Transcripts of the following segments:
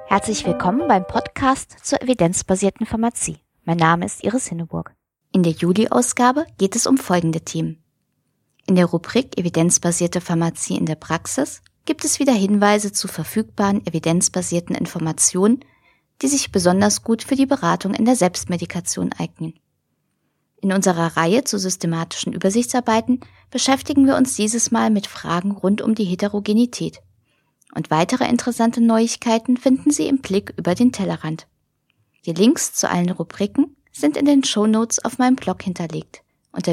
Herzlich willkommen beim Podcast zur evidenzbasierten Pharmazie. Mein Name ist Iris Hinneburg. In der Juli-Ausgabe geht es um folgende Themen. In der Rubrik Evidenzbasierte Pharmazie in der Praxis gibt es wieder Hinweise zu verfügbaren evidenzbasierten Informationen, die sich besonders gut für die Beratung in der Selbstmedikation eignen. In unserer Reihe zu systematischen Übersichtsarbeiten beschäftigen wir uns dieses Mal mit Fragen rund um die Heterogenität. Und weitere interessante Neuigkeiten finden Sie im Blick über den Tellerrand. Die Links zu allen Rubriken sind in den Shownotes auf meinem Blog hinterlegt unter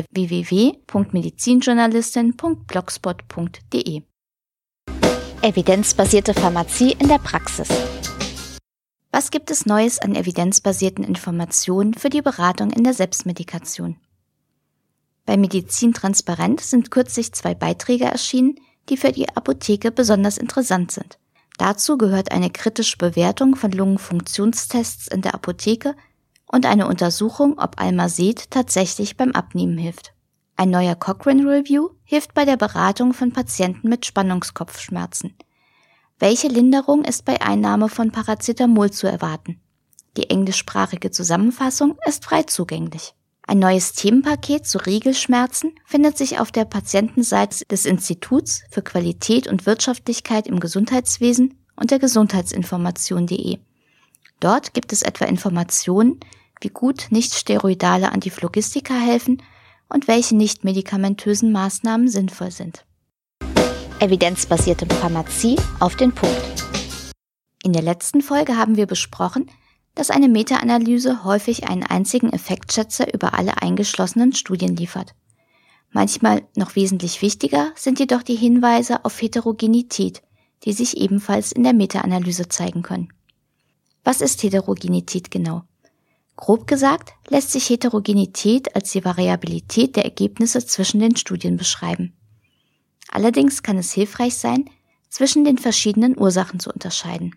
www.medizinjournalistin.blogspot.de. Evidenzbasierte Pharmazie in der Praxis. Was gibt es Neues an evidenzbasierten Informationen für die Beratung in der Selbstmedikation? Bei Medizin Transparent sind kürzlich 2 Beiträge erschienen, die für die Apotheke besonders interessant sind. Dazu gehört eine kritische Bewertung von Lungenfunktionstests in der Apotheke und eine Untersuchung, ob Almazet tatsächlich beim Abnehmen hilft. Ein neuer Cochrane Review hilft bei der Beratung von Patienten mit Spannungskopfschmerzen. Welche Linderung ist bei Einnahme von Paracetamol zu erwarten? Die englischsprachige Zusammenfassung ist frei zugänglich. Ein neues Themenpaket zu Riegelschmerzen findet sich auf der Patientenseite des Instituts für Qualität und Wirtschaftlichkeit im Gesundheitswesen unter gesundheitsinformation.de. Dort gibt es etwa Informationen, wie gut nichtsteroidale Antiphlogistika helfen und welche nicht-medikamentösen Maßnahmen sinnvoll sind. Evidenzbasierte Pharmazie auf den Punkt. In der letzten Folge haben wir besprochen, dass eine Meta-Analyse häufig einen einzigen Effektschätzer über alle eingeschlossenen Studien liefert. Manchmal noch wesentlich wichtiger sind jedoch die Hinweise auf Heterogenität, die sich ebenfalls in der Meta-Analyse zeigen können. Was ist Heterogenität genau? Grob gesagt lässt sich Heterogenität als die Variabilität der Ergebnisse zwischen den Studien beschreiben. Allerdings kann es hilfreich sein, zwischen den verschiedenen Ursachen zu unterscheiden.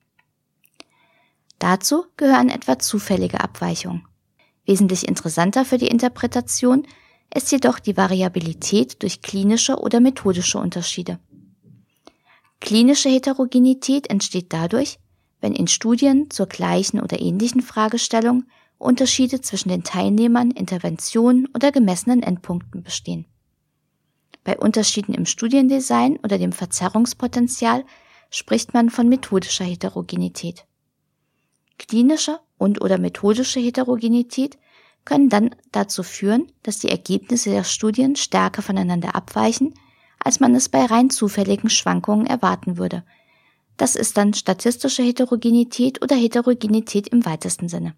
Dazu gehören etwa zufällige Abweichungen. Wesentlich interessanter für die Interpretation ist jedoch die Variabilität durch klinische oder methodische Unterschiede. Klinische Heterogenität entsteht dadurch, wenn in Studien zur gleichen oder ähnlichen Fragestellung Unterschiede zwischen den Teilnehmern, Interventionen oder gemessenen Endpunkten bestehen. Bei Unterschieden im Studiendesign oder dem Verzerrungspotenzial spricht man von methodischer Heterogenität. Klinische und/oder methodische Heterogenität können dann dazu führen, dass die Ergebnisse der Studien stärker voneinander abweichen, als man es bei rein zufälligen Schwankungen erwarten würde. Das ist dann statistische Heterogenität oder Heterogenität im weitesten Sinne.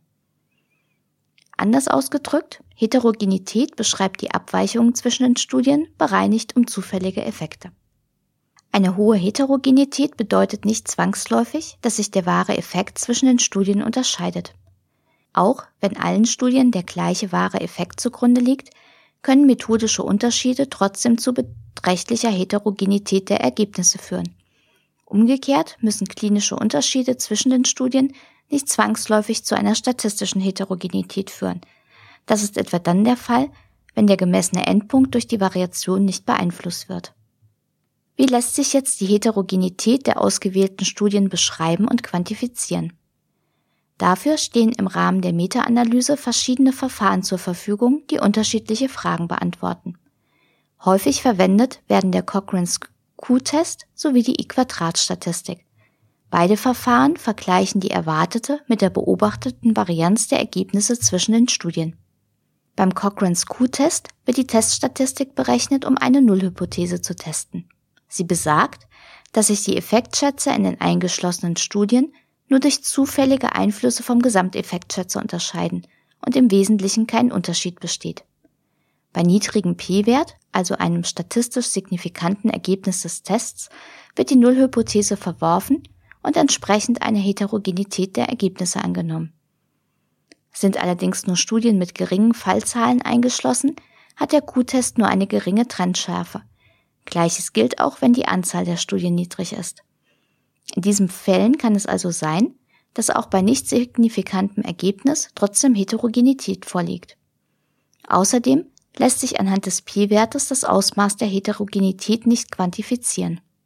Anders ausgedrückt, Heterogenität beschreibt die Abweichungen zwischen den Studien, bereinigt um zufällige Effekte. Eine hohe Heterogenität bedeutet nicht zwangsläufig, dass sich der wahre Effekt zwischen den Studien unterscheidet. Auch wenn allen Studien der gleiche wahre Effekt zugrunde liegt, können methodische Unterschiede trotzdem zu beträchtlicher Heterogenität der Ergebnisse führen. Umgekehrt müssen klinische Unterschiede zwischen den Studien nicht zwangsläufig zu einer statistischen Heterogenität führen. Das ist etwa dann der Fall, wenn der gemessene Endpunkt durch die Variation nicht beeinflusst wird. Wie lässt sich jetzt die Heterogenität der ausgewählten Studien beschreiben und quantifizieren? Dafür stehen im Rahmen der Meta-Analyse verschiedene Verfahren zur Verfügung, die unterschiedliche Fragen beantworten. Häufig verwendet werden der Cochrane's Q-Test sowie die I-Quadrat-Statistik. Beide Verfahren vergleichen die erwartete mit der beobachteten Varianz der Ergebnisse zwischen den Studien. Beim Cochrane's Q-Test wird die Teststatistik berechnet, um eine Nullhypothese zu testen. Sie besagt, dass sich die Effektschätzer in den eingeschlossenen Studien nur durch zufällige Einflüsse vom Gesamteffektschätzer unterscheiden und im Wesentlichen kein Unterschied besteht. Bei niedrigem P-Wert, also einem statistisch signifikanten Ergebnis des Tests, wird die Nullhypothese verworfen und entsprechend eine Heterogenität der Ergebnisse angenommen. Sind allerdings nur Studien mit geringen Fallzahlen eingeschlossen, hat der Q-Test nur eine geringe Trendschärfe. Gleiches gilt auch, wenn die Anzahl der Studien niedrig ist. In diesen Fällen kann es also sein, dass auch bei nicht signifikantem Ergebnis trotzdem Heterogenität vorliegt. Außerdem lässt sich anhand des P-Wertes das Ausmaß der Heterogenität nicht quantifizieren.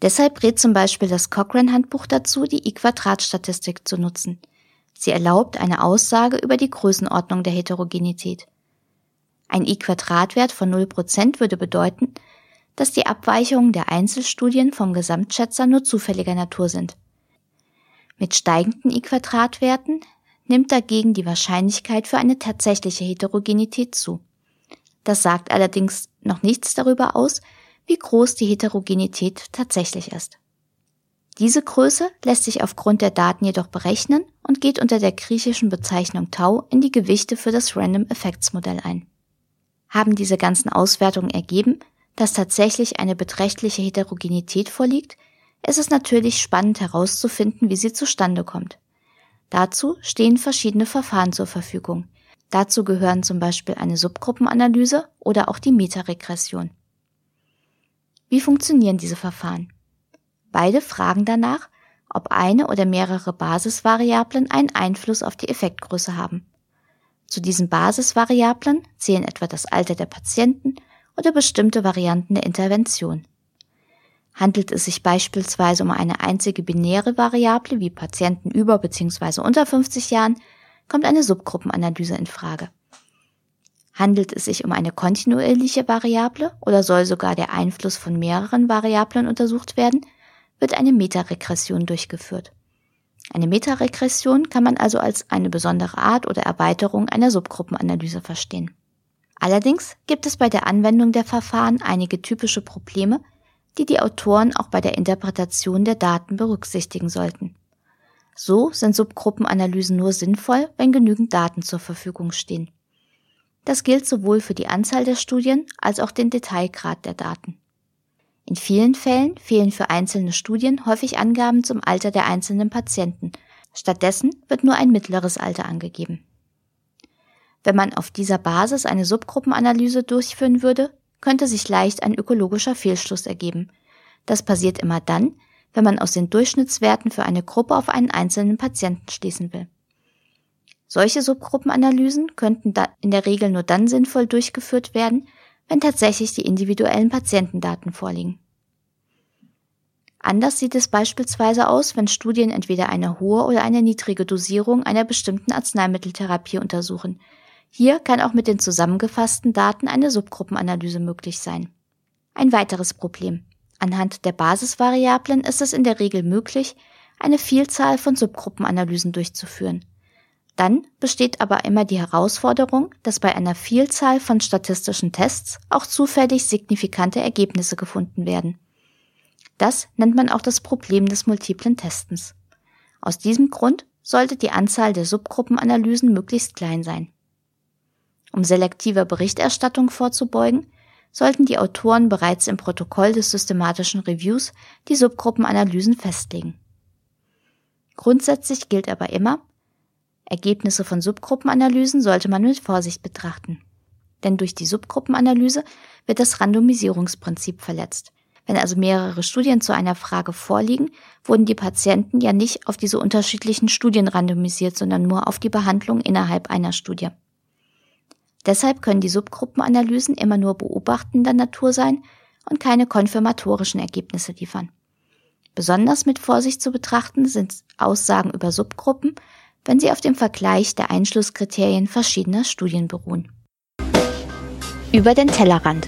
Deshalb rät zum Beispiel das Cochrane-Handbuch dazu, die I-Quadrat-Statistik zu nutzen. Sie erlaubt eine Aussage über die Größenordnung der Heterogenität. Ein I-Quadrat-Wert von 0% würde bedeuten, dass die Abweichungen der Einzelstudien vom Gesamtschätzer nur zufälliger Natur sind. Mit steigenden I-Quadrat-Werten nimmt dagegen die Wahrscheinlichkeit für eine tatsächliche Heterogenität zu. Das sagt allerdings noch nichts darüber aus, wie groß die Heterogenität tatsächlich ist. Diese Größe lässt sich aufgrund der Daten jedoch berechnen und geht unter der griechischen Bezeichnung Tau in die Gewichte für das Random Effects Modell ein. Haben diese ganzen Auswertungen ergeben, dass tatsächlich eine beträchtliche Heterogenität vorliegt, ist es natürlich spannend herauszufinden, wie sie zustande kommt. Dazu stehen verschiedene Verfahren zur Verfügung. Dazu gehören zum Beispiel eine Subgruppenanalyse oder auch die Metaregression. Wie funktionieren diese Verfahren? Beide fragen danach, ob eine oder mehrere Basisvariablen einen Einfluss auf die Effektgröße haben. Zu diesen Basisvariablen zählen etwa das Alter der Patienten oder bestimmte Varianten der Intervention. Handelt es sich beispielsweise um eine einzige binäre Variable wie Patienten über bzw. unter 50 Jahren, kommt eine Subgruppenanalyse in Frage. Handelt es sich um eine kontinuierliche Variable oder soll sogar der Einfluss von mehreren Variablen untersucht werden, wird eine Metaregression durchgeführt. Eine Metaregression kann man also als eine besondere Art oder Erweiterung einer Subgruppenanalyse verstehen. Allerdings gibt es bei der Anwendung der Verfahren einige typische Probleme, die die Autoren auch bei der Interpretation der Daten berücksichtigen sollten. So sind Subgruppenanalysen nur sinnvoll, wenn genügend Daten zur Verfügung stehen. Das gilt sowohl für die Anzahl der Studien als auch den Detailgrad der Daten. In vielen Fällen fehlen für einzelne Studien häufig Angaben zum Alter der einzelnen Patienten. Stattdessen wird nur ein mittleres Alter angegeben. Wenn man auf dieser Basis eine Subgruppenanalyse durchführen würde, könnte sich leicht ein ökologischer Fehlschluss ergeben. Das passiert immer dann, wenn man aus den Durchschnittswerten für eine Gruppe auf einen einzelnen Patienten schließen will. Solche Subgruppenanalysen könnten in der Regel nur dann sinnvoll durchgeführt werden, wenn tatsächlich die individuellen Patientendaten vorliegen. Anders sieht es beispielsweise aus, wenn Studien entweder eine hohe oder eine niedrige Dosierung einer bestimmten Arzneimitteltherapie untersuchen. Hier kann auch mit den zusammengefassten Daten eine Subgruppenanalyse möglich sein. Ein weiteres Problem. Anhand der Basisvariablen ist es in der Regel möglich, eine Vielzahl von Subgruppenanalysen durchzuführen. Dann besteht aber immer die Herausforderung, dass bei einer Vielzahl von statistischen Tests auch zufällig signifikante Ergebnisse gefunden werden. Das nennt man auch das Problem des multiplen Testens. Aus diesem Grund sollte die Anzahl der Subgruppenanalysen möglichst klein sein. Um selektiver Berichterstattung vorzubeugen, sollten die Autoren bereits im Protokoll des systematischen Reviews die Subgruppenanalysen festlegen. Grundsätzlich gilt aber immer, Ergebnisse von Subgruppenanalysen sollte man mit Vorsicht betrachten. Denn durch die Subgruppenanalyse wird das Randomisierungsprinzip verletzt. Wenn also mehrere Studien zu einer Frage vorliegen, wurden die Patienten ja nicht auf diese unterschiedlichen Studien randomisiert, sondern nur auf die Behandlung innerhalb einer Studie. Deshalb können die Subgruppenanalysen immer nur beobachtender Natur sein und keine konfirmatorischen Ergebnisse liefern. Besonders mit Vorsicht zu betrachten sind Aussagen über Subgruppen, wenn sie auf dem Vergleich der Einschlusskriterien verschiedener Studien beruhen. Über den Tellerrand.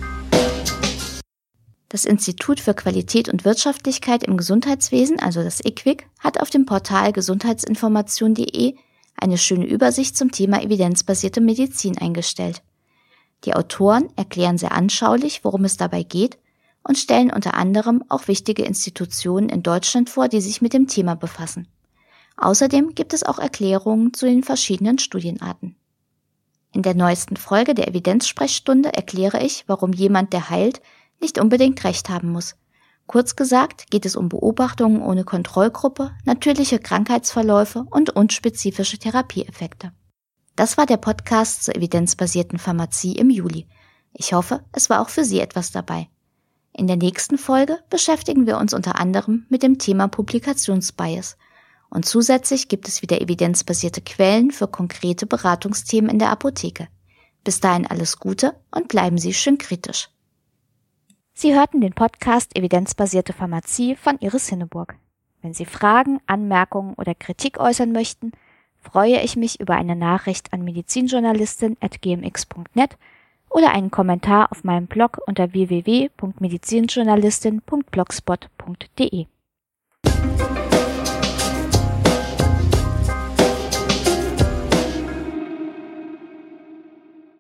Das Institut für Qualität und Wirtschaftlichkeit im Gesundheitswesen, also das IQWiG, hat auf dem Portal gesundheitsinformation.de eine schöne Übersicht zum Thema evidenzbasierte Medizin eingestellt. Die Autoren erklären sehr anschaulich, worum es dabei geht und stellen unter anderem auch wichtige Institutionen in Deutschland vor, die sich mit dem Thema befassen. Außerdem gibt es auch Erklärungen zu den verschiedenen Studienarten. In der neuesten Folge der Evidenzsprechstunde erkläre ich, warum jemand, der heilt, nicht unbedingt recht haben muss. Kurz gesagt geht es um Beobachtungen ohne Kontrollgruppe, natürliche Krankheitsverläufe und unspezifische Therapieeffekte. Das war der Podcast zur evidenzbasierten Pharmazie im Juli. Ich hoffe, es war auch für Sie etwas dabei. In der nächsten Folge beschäftigen wir uns unter anderem mit dem Thema Publikationsbias. Und zusätzlich gibt es wieder evidenzbasierte Quellen für konkrete Beratungsthemen in der Apotheke. Bis dahin alles Gute und bleiben Sie schön kritisch. Sie hörten den Podcast Evidenzbasierte Pharmazie von Iris Hinneburg. Wenn Sie Fragen, Anmerkungen oder Kritik äußern möchten, freue ich mich über eine Nachricht an medizinjournalistin@gmx.net oder einen Kommentar auf meinem Blog unter www.medizinjournalistin.blogspot.de.